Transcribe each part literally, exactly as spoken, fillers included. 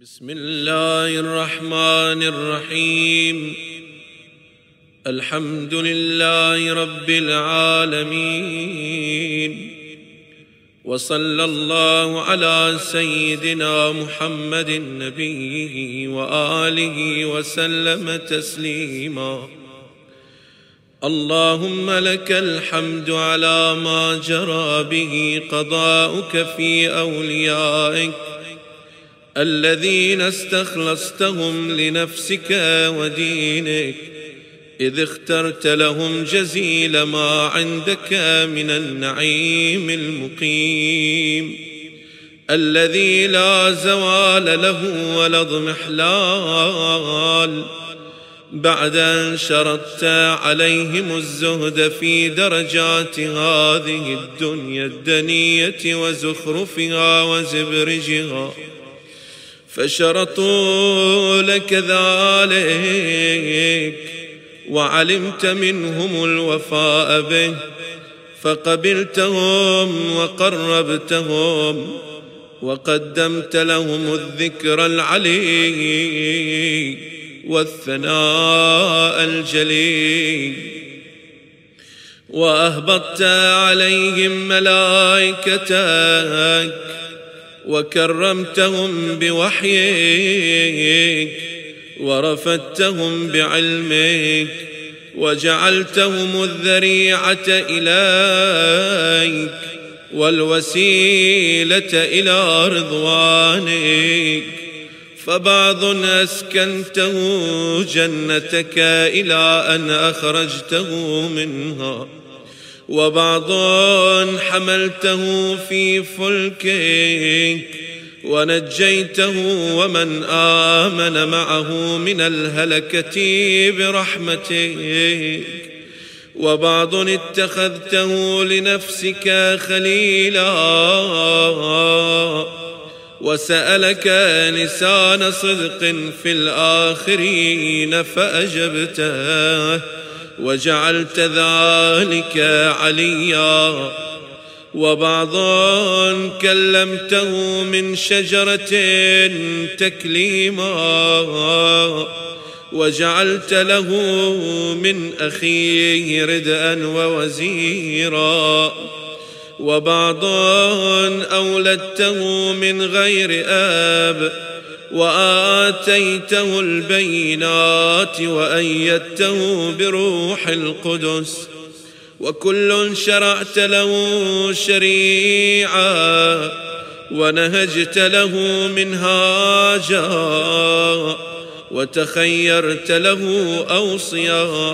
بسم الله الرحمن الرحيم. الحمد لله رب العالمين، وصلى الله على سيدنا محمد نبيه وآله وسلم تسليما. اللهم لك الحمد على ما جرى به قضاؤك في أوليائك الذين استخلصتهم لنفسك ودينك، إذ اخترت لهم جزيل ما عندك من النعيم المقيم الذي لا زوال له ولا اضمحلال، بعد أن شرطت عليهم الزهد في درجات هذه الدنيا الدنية وزخرفها وزبرجها، فشرطوا لك ذلك وعلمت منهم الوفاء به، فقبلتهم وقربتهم وقدمت لهم الذكر العلي والثناء الجليل، وأهبطت عليهم ملائكتك وكرمتهم بوحيك ورفدتهم بعلمك وجعلتهم الذريعة إليك والوسيلة إلى رضوانك، فبعض أسكنته جنتك إلى أن أخرجته منها، وبعض حملته في فلكك ونجيته ومن آمن معه من الهلكة برحمتك، وبعض اتخذته لنفسك خليلا وسألك لسان صدق في الآخرين فأجبته وجعلت ذلك عليا، وبعض كلمته من شجرة تكليما وجعلت له من أخيه ردءا ووزيرا، وبعض أولدته من غير أب وآتيته البينات وأيدته بروح القدس، وكل شرعت له شريعة ونهجت له منهاجا وتخيرت له أوصيا،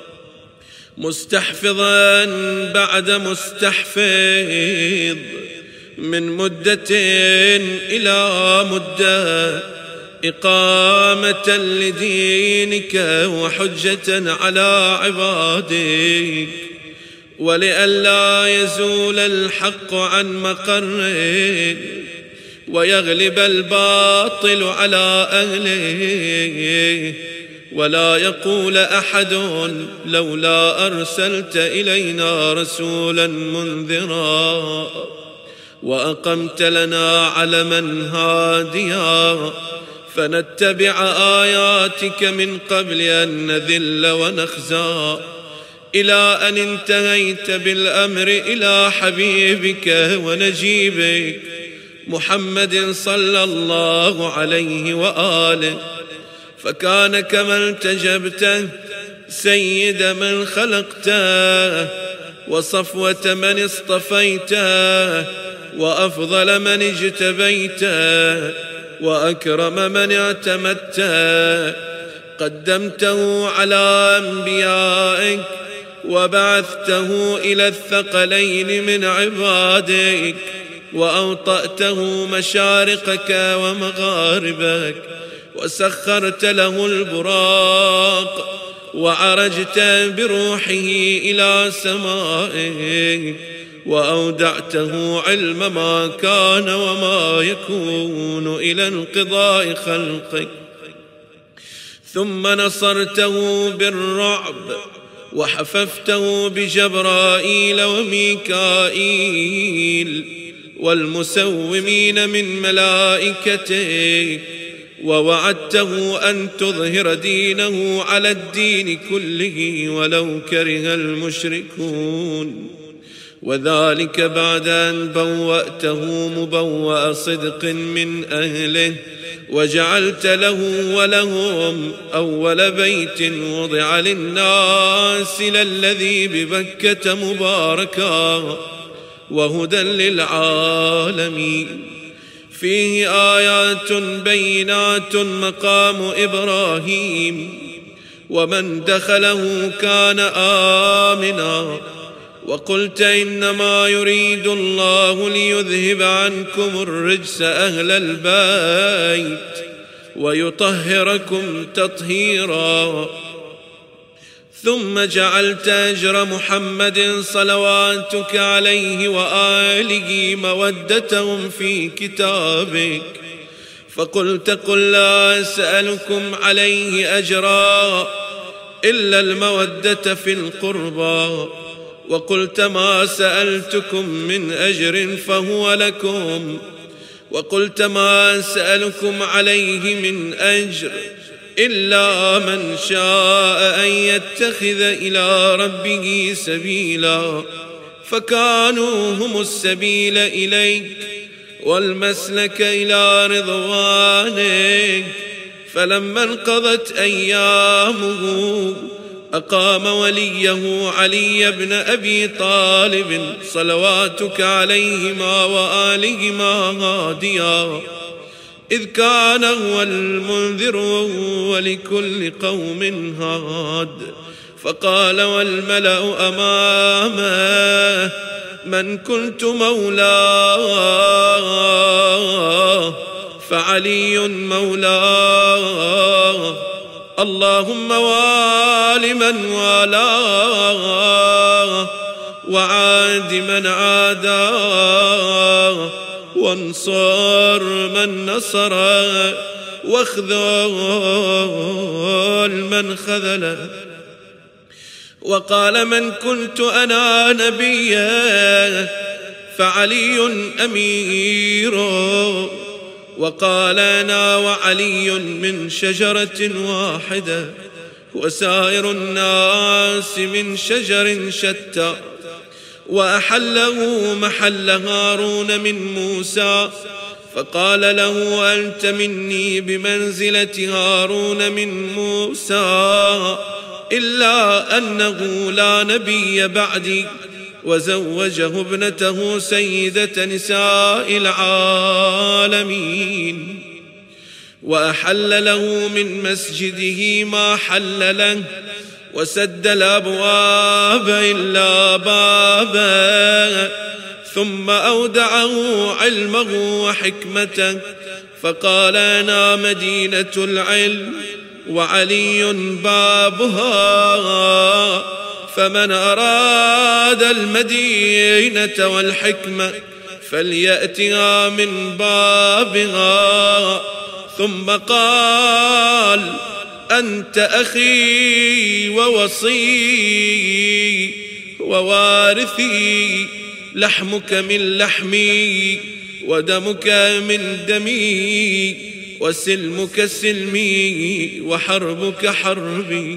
مستحفظا بعد مستحفظ من مدة إلى مدة، إقامة لدينك وحجة على عبادك، ولئلا يزول الحق عن مقره ويغلب الباطل على أهله، ولا يقول أحد لولا أرسلت إلينا رسولا منذرا، وأقمت لنا علما هاديا فنتبع آياتك من قبل أن نذل ونخزى، إلى أن انتهيت بالأمر إلى حبيبك ونجيبك محمد صلى الله عليه وآله، فكان كما التجبته سيد من خلقته وصفوة من اصطفيته وأفضل من اجتبيته وأكرم من اعتمدته، قدمته على أنبيائك وبعثته إلى الثقلين من عبادك، وأوطأته مشارقك ومغاربك، وسخرت له البراق وعرجت بروحه إلى سمائك، وأودعته علم ما كان وما يكون إلى انقضاء خلقك، ثم نصرته بالرعب وحففته بجبرائيل وميكائيل والمسومين من ملائكته، ووعدته أن تظهر دينه على الدين كله ولو كره المشركون، وذلك بعد أن بوأته مبوأ صدق من أهله، وجعلت له ولهم أول بيت وضع للناس للذي ببكة مباركا وهدى للعالمين، فيه آيات بينات مقام إبراهيم، ومن دخله كان آمنا. وقلت إنما يريد الله ليذهب عنكم الرجس أهل البيت ويطهركم تطهيرا. ثم جعلت أجر محمد صلواتك عليه وآله مودتهم في كتابك، فقلت قل لا أسألكم عليه أجرا إلا المودة في القربى، وقلت ما سألتكم من أجر فهو لكم، وقلت ما أسألكم عليه من أجر إلا من شاء أن يتخذ إلى ربه سبيلا، فكانوا هم السبيل إليك والمسلك إلى رضوانك. فلما انقضت أيامه أقام وليه علي بن أبي طالب صلواتك عليهما وآلهما هاديا، إذ كان هو المنذر ولكل قوم هاد. فقال والملأ أمامه من كنت مولاه فعلي مولاه، اللهم وال من والاه وعاد من عاداه وانصر من نصره واخذل من خذله. وقال من كنت أنا نبيا فعلي أمير، وقال أنا وعلي من شجرة واحدة وسائر الناس من شجر شتى. وأحله محل هارون من موسى، فقال له أنت مني بمنزلة هارون من موسى، إلا أنه لا نبي بعدي. وزوجه ابنته سيدة نساء العالمين، وأحل له من مسجده ما حل له، وسد الأبواب إلا بابا، ثم أودعه علمه وحكمته، فقال أنا مدينة العلم وعلي بابها، فمن أراد المدينة والحكمة فليأتها من بابها. ثم قال أنت أخي ووصي ووارثي، لحمك من لحمي ودمك من دمي، وسلمك سلمي وحربك حربي.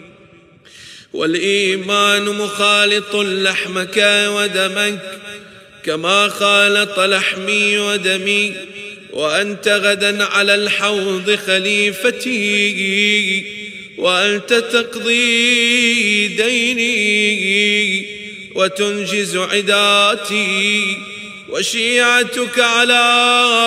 والإيمان مخالط لحمك ودمك كما خالط لحمي ودمي، وأنت غدا على الحوض خليفتي، وأنت تقضي ديني وتنجز عداتي، وشيعتك على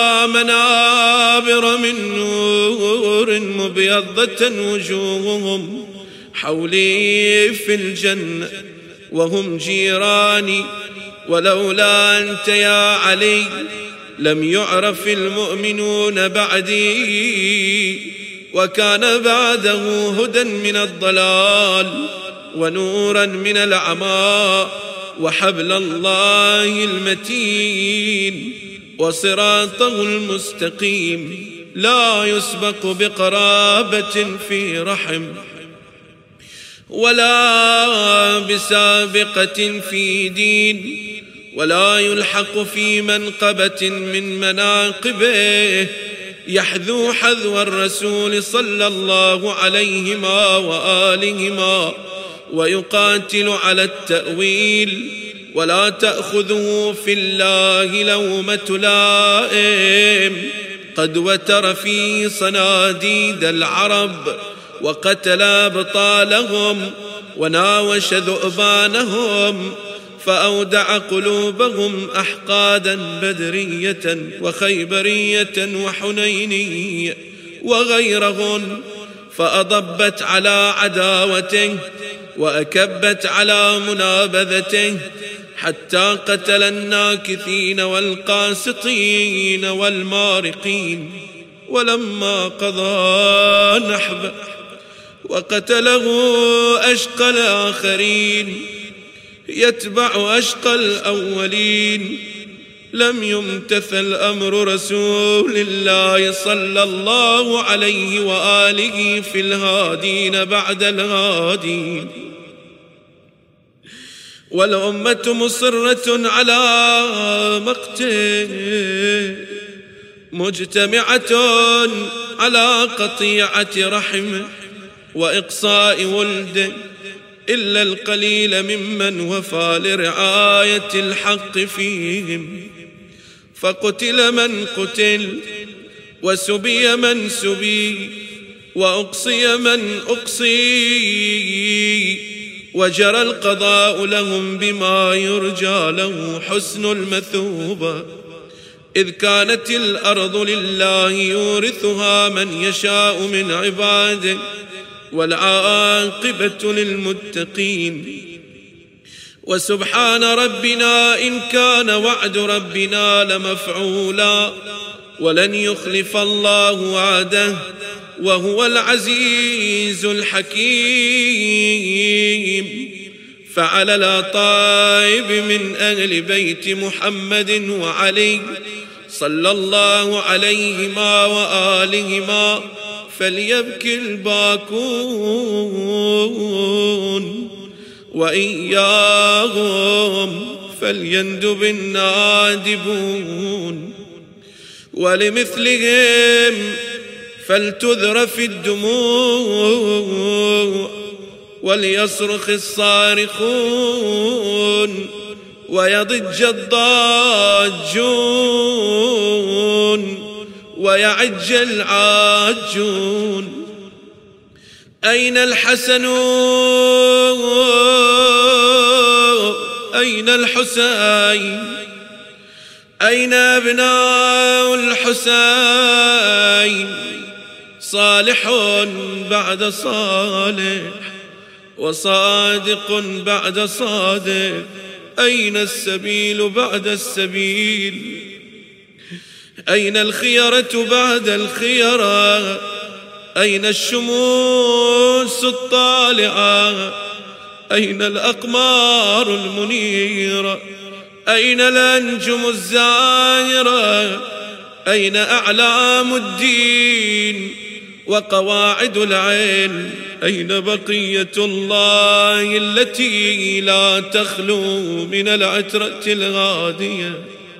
منابر من نور مبيضة وجوههم حولي في الجنة وهم جيراني، ولولا أنت يا علي لم يعرف المؤمنون بعدي، وكان بعده هدى من الضلال ونورا من العمى، وحبل الله المتين وصراطه المستقيم، لا يسبق بقرابة في رحم ولا بسابقة في دين، ولا يلحق في منقبة من مناقبه، يحذو حذو الرسول صلى الله عليهما وآلهما ويقاتل على التأويل، ولا تأخذه في الله لومة لائم، قد وتر في صناديد العرب وقتل أبطالهم وناوش ذؤبانهم، فأودع قلوبهم أحقادا بدرية وخيبرية وحنينية وغيرهن، فأضبت على عداوته وأكبت على منابذته، حتى قتل الناكثين والقاسطين والمارقين. ولما قضى نحبه وقتله أشقى الآخرين يتبع أشقى الأولين، لم يمتثل أمر رسول الله صلى الله عليه وآله في الهادين بعد الهادين، والأمة مصرة على مقته، مجتمعة على قطيعة رحمه وإقصاء ولده، إلا القليل ممن وفى لرعاية الحق فيهم، فقتل من قتل وسبي من سبي وأقصي من أقصي، وجرى القضاء لهم بما يرجى له حسن المثوبة، إذ كانت الأرض لله يورثها من يشاء من عباده، والعاقبة للمتقين. وسبحان ربنا إن كان وعد ربنا لمفعولا، ولن يخلف الله وعده، وهو العزيز الحكيم. فعلى الأطائب من أهل بيت محمد وعلي صلى الله عليهما وآلهما فليبكي الباكون، وإياهم فليندب النادبون، ولمثلهم فلتذرف الدموع، وليصرخ الصارخون، ويضج الضاجون، ويعج العاجون. أين الحسن أين الحسين؟ أين أبناء الحسين؟ صالح بعد صالح وصادق بعد صادق، أين السبيل بعد السبيل؟ أين الخيرة بعد الخيرة؟ أين الشموس الطالعة؟ أين الأقمار المنيرة؟ أين الأنجم الزاهرة؟ أين أعلام الدين وقواعد العلم؟ أين بقية الله التي لا تخلو من العترة الغادية؟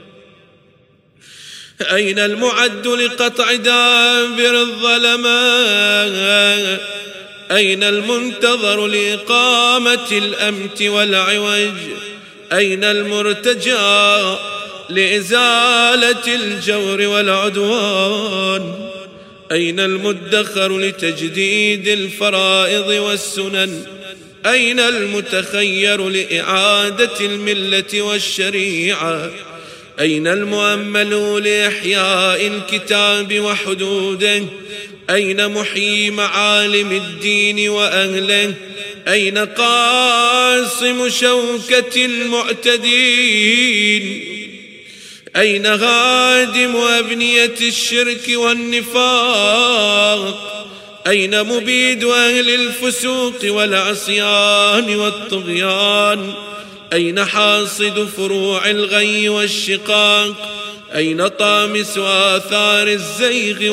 أين المعد لقطع دابر الظلماء؟ أين المنتظر لإقامة الأمت والعوج؟ أين المرتجى لإزالة الجور والعدوان؟ أين المدخر لتجديد الفرائض والسنن؟ أين المتخير لإعادة الملة والشريعة؟ أين المؤمل لإحياء الكتاب وحدوده؟ أين محيي معالم الدين وأهله؟ أين قاصم شوكة المعتدين؟ أين هادم أبنية الشرك والنفاق؟ أين مبيد أهل الفسوق والعصيان والطغيان؟ أين حاصد فروع الغي والشقاق؟ أين طامس آثار الزيغ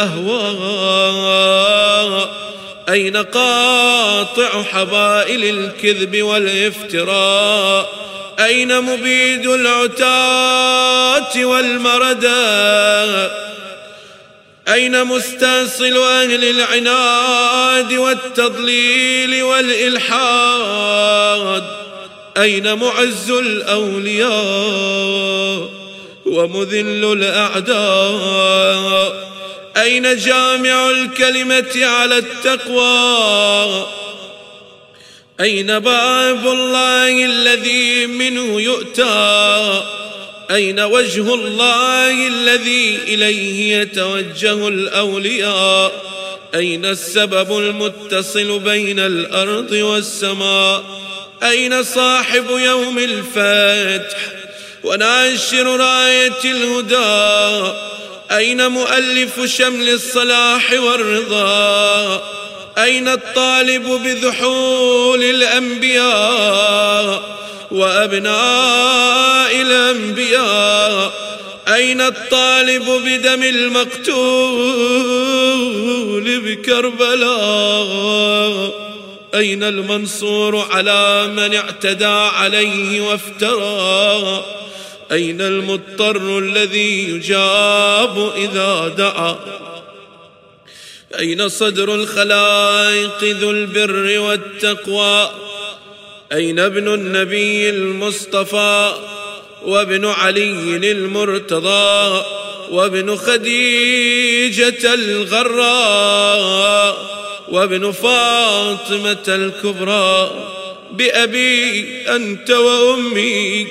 والأهواء؟ أين قاطع حبائل الكذب والافتراء؟ أين مبيد العتاة والمردى؟ أين مستاصل أهل العناد والتضليل والإلحاد؟ أين معز الأولياء ومذل الأعداء؟ أين جامع الكلمة على التقوى؟ أين باب الله الذي منه يؤتى؟ أين وجه الله الذي إليه يتوجه الأولياء؟ أين السبب المتصل بين الأرض والسماء؟ أين صاحب يوم الفتح وناشر راية الهدى؟ أين مؤلف شمل الصلاح والرضا؟ أين الطالب بذحول الأنبياء وأبناء الأنبياء؟ أين الطالب بدم المقتول بكربلاء؟ أين المنصور على من اعتدى عليه وافترى؟ أين المضطر الذي يجاب إذا دعا؟ أين صدر الخلائق ذو البر والتقوى؟ أين ابن النبي المصطفى وابن علي المرتضى وابن خديجة الغراء وابن فاطمة الكبرى؟ بأبي أنت وأمي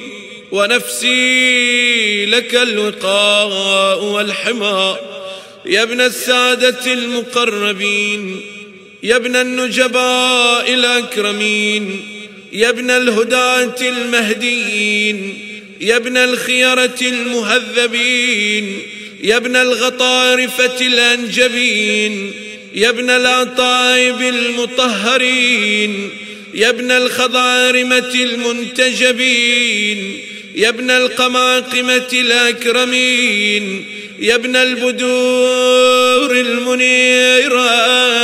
ونفسي لك الوقاء والحمى. يا ابن السادة المقربين، يا ابن النجباء الأكرمين، يا ابن الهداة المهديين، يا ابن الخيرة المهذبين، يا ابن الغطارفة الأنجبين، يا ابن الأطايب المطهرين، يا ابن الخضارمة المنتجبين، يا ابن القماقمة الأكرمين، يا ابن البدور المنيرة،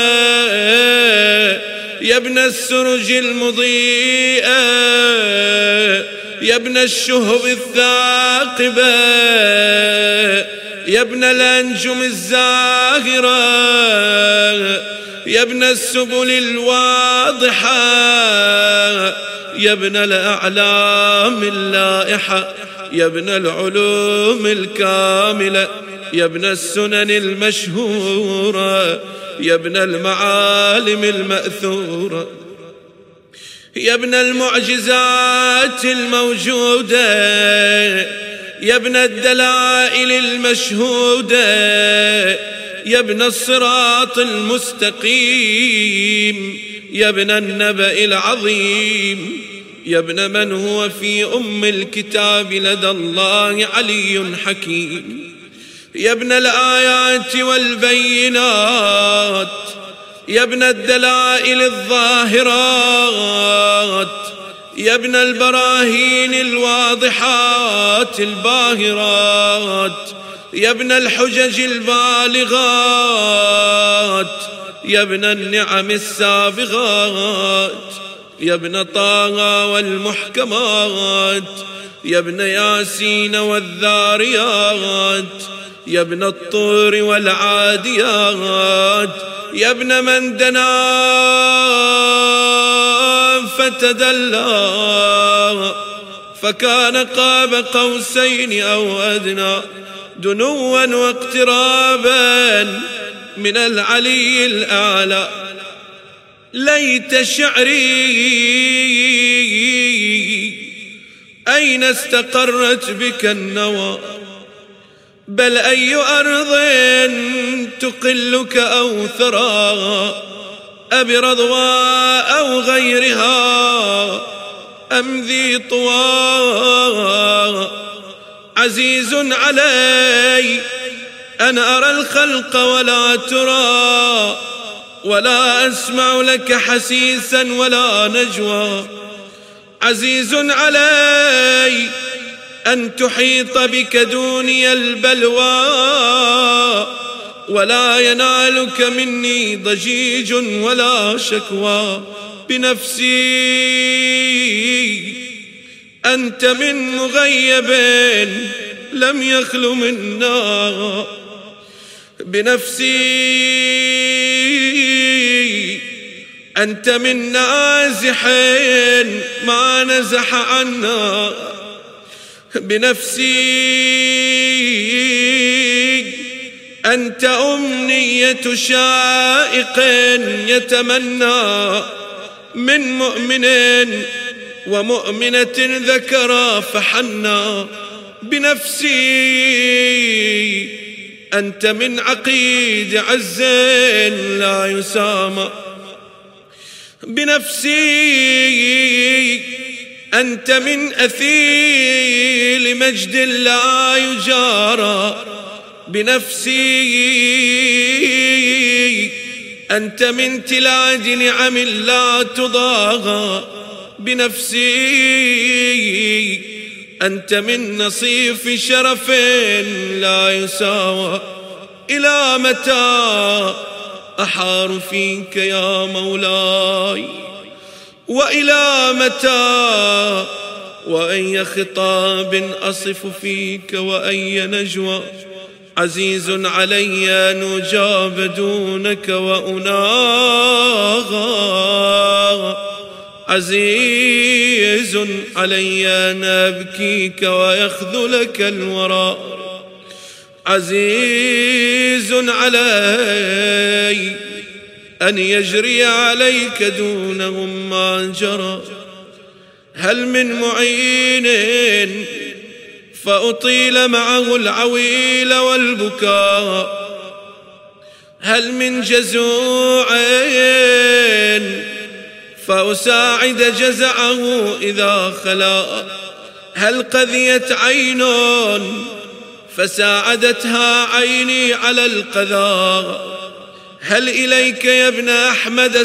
يا ابن السرج المضيئة، يا ابن الشهب الثاقبة، يا ابن الأنجم الزاهرة، يا ابن السبل الواضحة، يا ابن الأعلام اللائحة، يا ابن العلوم الكاملة، يا ابن السنن المشهورة، يا ابن المعالم المأثورة، يا ابن المعجزات الموجودة، يا ابن الدلائل المشهودة، يا ابن الصراط المستقيم، يا ابن النبأ العظيم، يا ابن من هو في أم الكتاب لدى الله علي حكيم، يا ابن الآيات والبينات، يا ابن الدلائل الظاهرات، يا ابن البراهين الواضحات الباهرات، يا ابن الحجج البالغات، يا ابن النعم السابغات، يا ابن طه والمحكمات، يا ابن ياسين والذاريات، يا ابن الطور والعاديات، يا ابن من دنا فتدلى فكان قاب قوسين أو أدنى دنوا واقترابا من العلي الأعلى. ليت شعري أين استقرت بك النوى، بل أي أرض تقلك أو ثرى، أبرضوى أو غيرها أم ذي طوى. عزيز علي أن أرى الخلق ولا ترى، ولا أسمع لك حسيسا ولا نجوى. عزيز علي أن تحيط بك دوني البلوى، ولا ينالك مني ضجيج ولا شكوى. بنفسي أنت من مغيب لم يخل منا، بنفسي أنت من نازح ما نزح عنا، بنفسي أنت أمنية شائق يتمنى من مؤمن ومؤمنة ذكر فحنا، بنفسي أنت من عقيد عز لا يسامى، بنفسي أنت من أثيل مجد لا يجارى، بنفسي أنت من تلاج نعم لا تضاغى، بنفسي أنت من نصيف شرف لا يساوى. إلى متى أحار فيك يا مولاي، وإلى متى وأي خطاب أصف فيك وأي نجوى، عزيز علي أن أجاب دونك وأناغى، عزيز علي أن أبكيك ويخذلك الورى، عزيز علي أن يجري عليك دونهم ما جرى. هل من معين فأطيل معه العويل والبكاء، هل من جزوع فأساعد جزعه إذا خلا، هل قذيت عين فساعدتها عيني على القذى، هل إليك يا ابن أحمد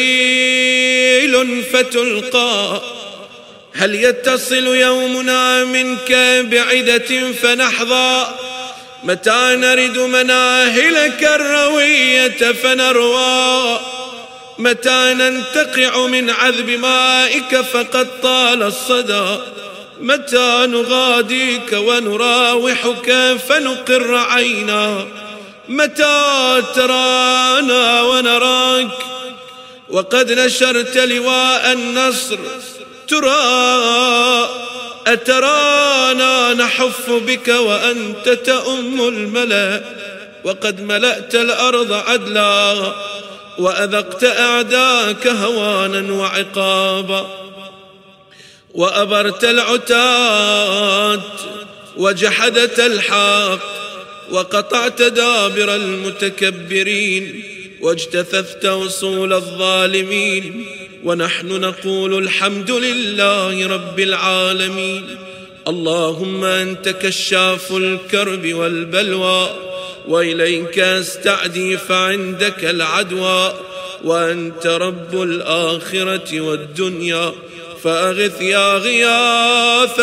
سبيل فتلقى، هل يتصل يومنا منك بعدة فنحظى، متى نرد مناهلك الروية فنروى، متى ننتقع من عذب مائك فقد طال الصدى، متى نغاديك ونراوحك فنقر عينا، متى ترانا ونراك وقد نشرت لواء النصر، ترى أترانا نحف بك وأنت تؤم الملأ، وقد ملأت الأرض عدلا وأذقت أعداك هوانا وعقابا، وأبرت العتاة وجحدت الحق، وقطعت دابر المتكبرين، واجتثثت وصول الظالمين، ونحن نقول الحمد لله رب العالمين. اللهم أنت كشاف الكرب والبلوى، وإليك استعدي فعندك العدوى، وأنت رب الآخرة والدنيا، فأغث يا غياث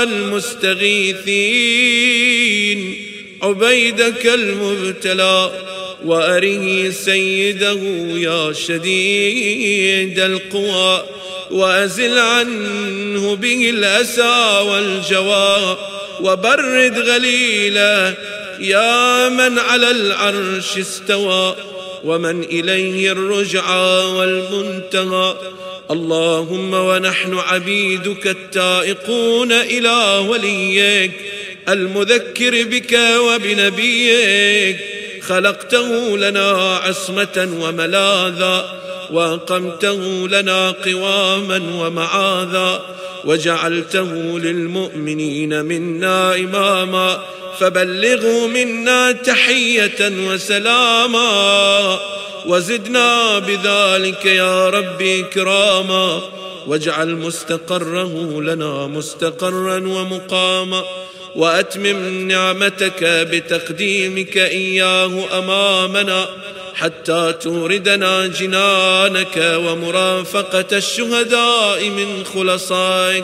المستغيثين عبيدك المبتلى، وأره سيده يا شديد القوى، وأزل عنه به الأسى والجوى، وبرد غليله يا من على العرش استوى، ومن إليه الرجعى والمنتهى. اللهم ونحن عبيدك التائقون إلى وليك المذكر بك وبنبيك، خلقته لنا عصمة وملاذا، وأقمته لنا قواما ومعاذا، وجعلته للمؤمنين منا إماما، فبلغوا منا تحية وسلاما، وزدنا بذلك يا ربي إكراما، واجعل مستقره لنا مستقرا ومقاما، وأتمم نعمتك بتقديمك إياه أمامنا، حتى توردنا جنانك ومرافقة الشهداء من خلصائك.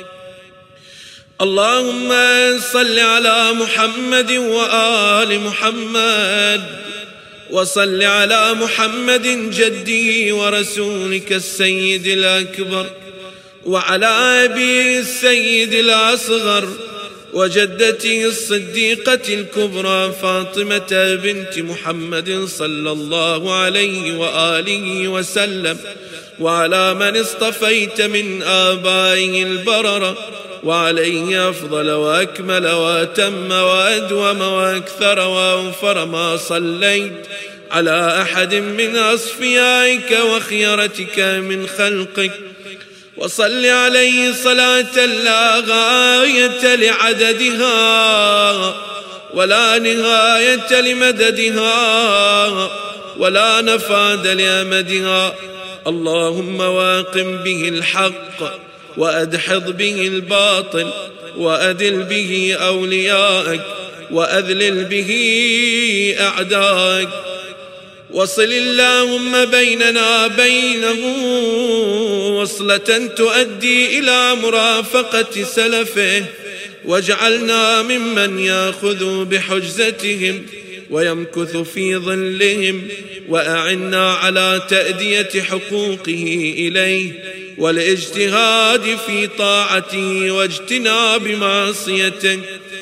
اللهم صل على محمد وآل محمد، وصل على محمد جده ورسولك السيد الأكبر، وعلى أبي السيد الأصغر، وجدته الصديقة الكبرى فاطمة بنت محمد صلى الله عليه وآله وسلم، وعلى من اصطفيت من آبائه البررة، وعليه أفضل وأكمل وأتم وأدوم وأكثر وأوفر ما صليت على أحد من أصفيائك وخيرتك من خلقك. وصل عليه صلاة لا غاية لعددها ولا نهاية لمددها ولا نفاد لأمدها. اللهم واقم به الحق وأدحض به الباطل وأدل به أولياءك وأذلل به أعداءك. وصل اللهم بيننا بينه وصلة تؤدي إلى مرافقة سلفه، واجعلنا ممن يأخذ بحجزتهم ويمكث في ظلهم، وأعنا على تأدية حقوقه إليه والاجتهاد في طاعته واجتناب معصيته.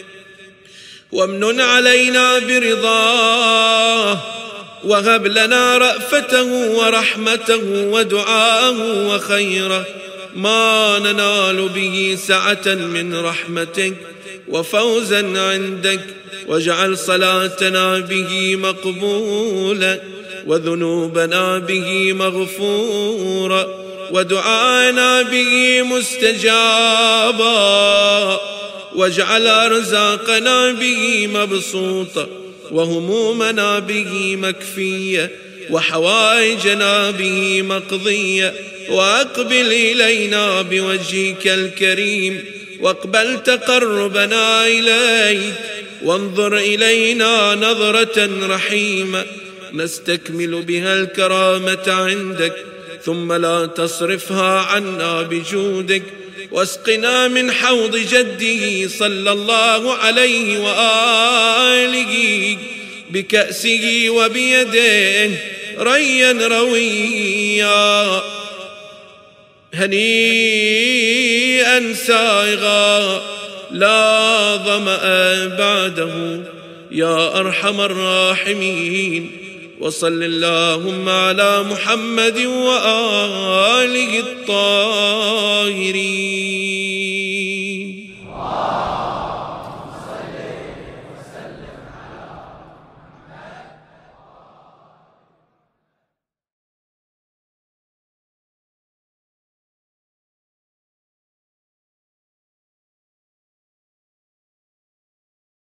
وامنن علينا برضاه، وهب لنا رأفته ورحمته ودعاءه وخيره ما ننال به سعة من رحمتك وفوزا عندك. واجعل صلاتنا به مقبولة وذنوبنا به مغفورة ودعانا به مستجابا، واجعل أرزاقنا به مبسوطة وهمومنا به مكفية وحوائجنا به مقضية. وأقبل إلينا بوجهك الكريم واقبل تقربنا إليك، وانظر إلينا نظرة رحيمة نستكمل بها الكرامة عندك، ثم لا تصرفها عنا بجودك. واسقنا من حوض جده صلى الله عليه وآله بكأسه وبيده ريا رويا هنيئا سائغا لا ظمأ بعده يا أرحم الراحمين. وصل اللهم على محمد وآله الطاهرين.